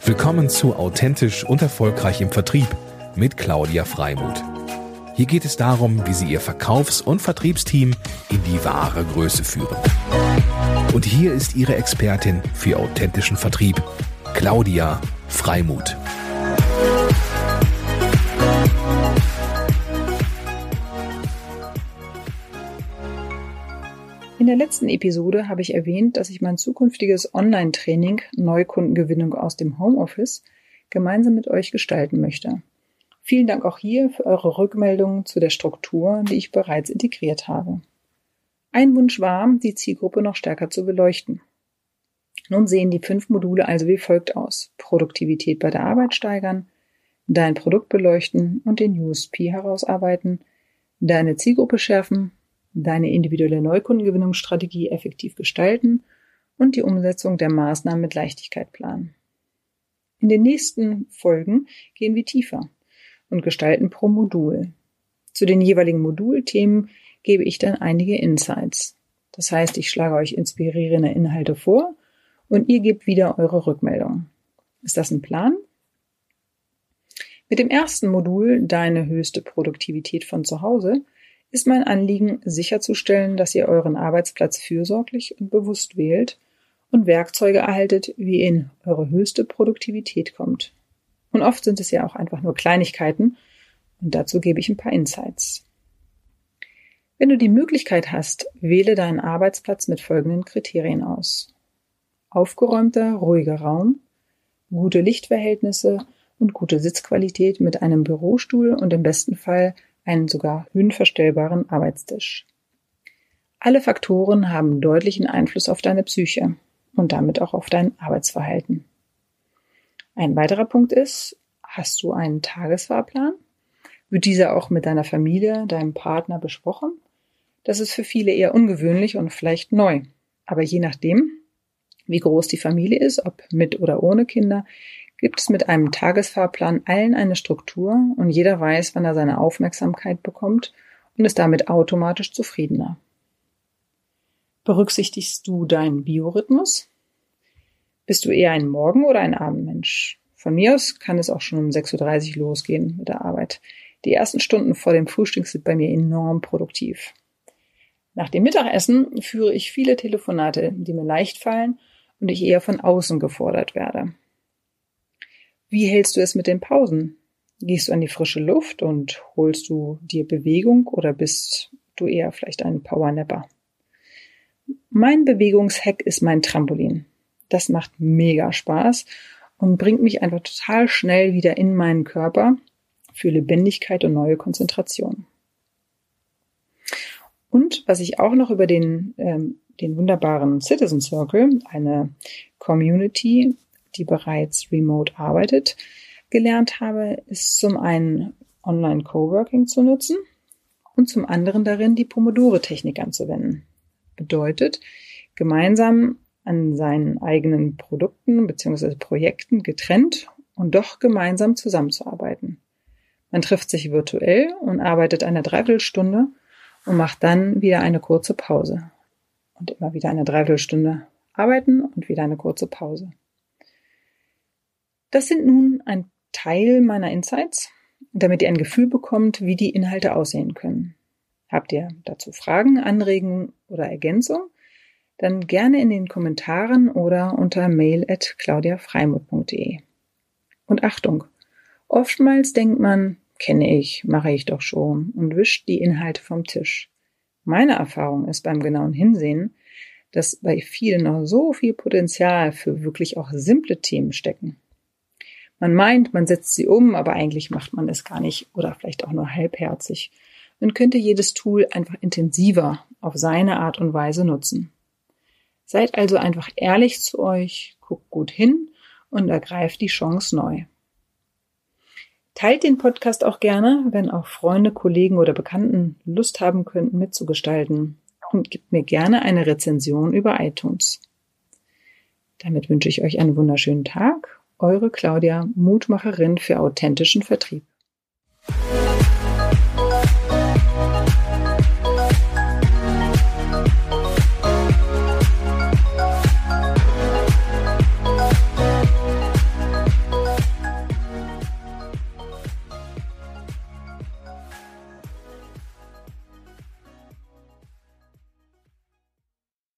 Willkommen zu Authentisch und Erfolgreich im Vertrieb mit Claudia Freimuth. Hier geht es darum, wie Sie Ihr Verkaufs- und Vertriebsteam in die wahre Größe führen. Und hier ist Ihre Expertin für authentischen Vertrieb, Claudia Freimuth. In der letzten Episode habe ich erwähnt, dass ich mein zukünftiges Online-Training Neukundengewinnung aus dem Homeoffice gemeinsam mit euch gestalten möchte. Vielen Dank auch hier für eure Rückmeldungen zu der Struktur, die ich bereits integriert habe. Ein Wunsch war, die Zielgruppe noch stärker zu beleuchten. Nun sehen die 5 Module also wie folgt aus: Produktivität bei der Arbeit steigern, dein Produkt beleuchten und den USP herausarbeiten, deine Zielgruppe schärfen, deine individuelle Neukundengewinnungsstrategie effektiv gestalten und die Umsetzung der Maßnahmen mit Leichtigkeit planen. In den nächsten Folgen gehen wir tiefer und gestalten pro Modul. Zu den jeweiligen Modulthemen gebe ich dann einige Insights. Das heißt, ich schlage euch inspirierende Inhalte vor und ihr gebt wieder eure Rückmeldung. Ist das ein Plan? Mit dem ersten Modul, deine höchste Produktivität von zu Hause, ist mein Anliegen, sicherzustellen, dass ihr euren Arbeitsplatz fürsorglich und bewusst wählt und Werkzeuge erhaltet, wie ihr in eure höchste Produktivität kommt. Und oft sind es ja auch einfach nur Kleinigkeiten und dazu gebe ich ein paar Insights. Wenn du die Möglichkeit hast, wähle deinen Arbeitsplatz mit folgenden Kriterien aus: aufgeräumter, ruhiger Raum, gute Lichtverhältnisse und gute Sitzqualität mit einem Bürostuhl und im besten Fall einen sogar höhenverstellbaren Arbeitstisch. Alle Faktoren haben deutlichen Einfluss auf deine Psyche und damit auch auf dein Arbeitsverhalten. Ein weiterer Punkt ist: hast du einen Tagesfahrplan? Wird dieser auch mit deiner Familie, deinem Partner besprochen? Das ist für viele eher ungewöhnlich und vielleicht neu. Aber je nachdem, wie groß die Familie ist, ob mit oder ohne Kinder, gibt es mit einem Tagesfahrplan allen eine Struktur und jeder weiß, wann er seine Aufmerksamkeit bekommt und ist damit automatisch zufriedener. Berücksichtigst du deinen Biorhythmus? Bist du eher ein Morgen- oder ein Abendmensch? Von mir aus kann es auch schon um 6.30 Uhr losgehen mit der Arbeit. Die ersten Stunden vor dem Frühstück sind bei mir enorm produktiv. Nach dem Mittagessen führe ich viele Telefonate, die mir leicht fallen und ich eher von außen gefordert werde. Wie hältst du es mit den Pausen? Gehst du an die frische Luft und holst du dir Bewegung oder bist du eher vielleicht ein Powernapper? Mein Bewegungshack ist mein Trampolin. Das macht mega Spaß und bringt mich einfach total schnell wieder in meinen Körper für Lebendigkeit und neue Konzentration. Und was ich auch noch über den wunderbaren Citizen Circle, eine Community, die bereits remote arbeitet, gelernt habe, ist zum einen Online-Coworking zu nutzen und zum anderen darin, die Pomodoro-Technik anzuwenden. Bedeutet, gemeinsam an seinen eigenen Produkten bzw. Projekten getrennt und doch gemeinsam zusammenzuarbeiten. Man trifft sich virtuell und arbeitet eine Dreiviertelstunde und macht dann wieder eine kurze Pause. Und immer wieder eine Dreiviertelstunde arbeiten und wieder eine kurze Pause. Das sind nun ein Teil meiner Insights, damit ihr ein Gefühl bekommt, wie die Inhalte aussehen können. Habt ihr dazu Fragen, Anregungen oder Ergänzungen? Dann gerne in den Kommentaren oder unter mail@claudiafreimuth.de. Und Achtung, oftmals denkt man, kenne ich, mache ich doch schon und wischt die Inhalte vom Tisch. Meine Erfahrung ist beim genauen Hinsehen, dass bei vielen noch so viel Potenzial für wirklich auch simple Themen stecken. Man meint, man setzt sie um, aber eigentlich macht man es gar nicht oder vielleicht auch nur halbherzig. Man könnte jedes Tool einfach intensiver auf seine Art und Weise nutzen. Seid also einfach ehrlich zu euch, guckt gut hin und ergreift die Chance neu. Teilt den Podcast auch gerne, wenn auch Freunde, Kollegen oder Bekannten Lust haben könnten, mitzugestalten. Und gebt mir gerne eine Rezension über iTunes. Damit wünsche ich euch einen wunderschönen Tag. Eure Claudia, Mutmacherin für authentischen Vertrieb.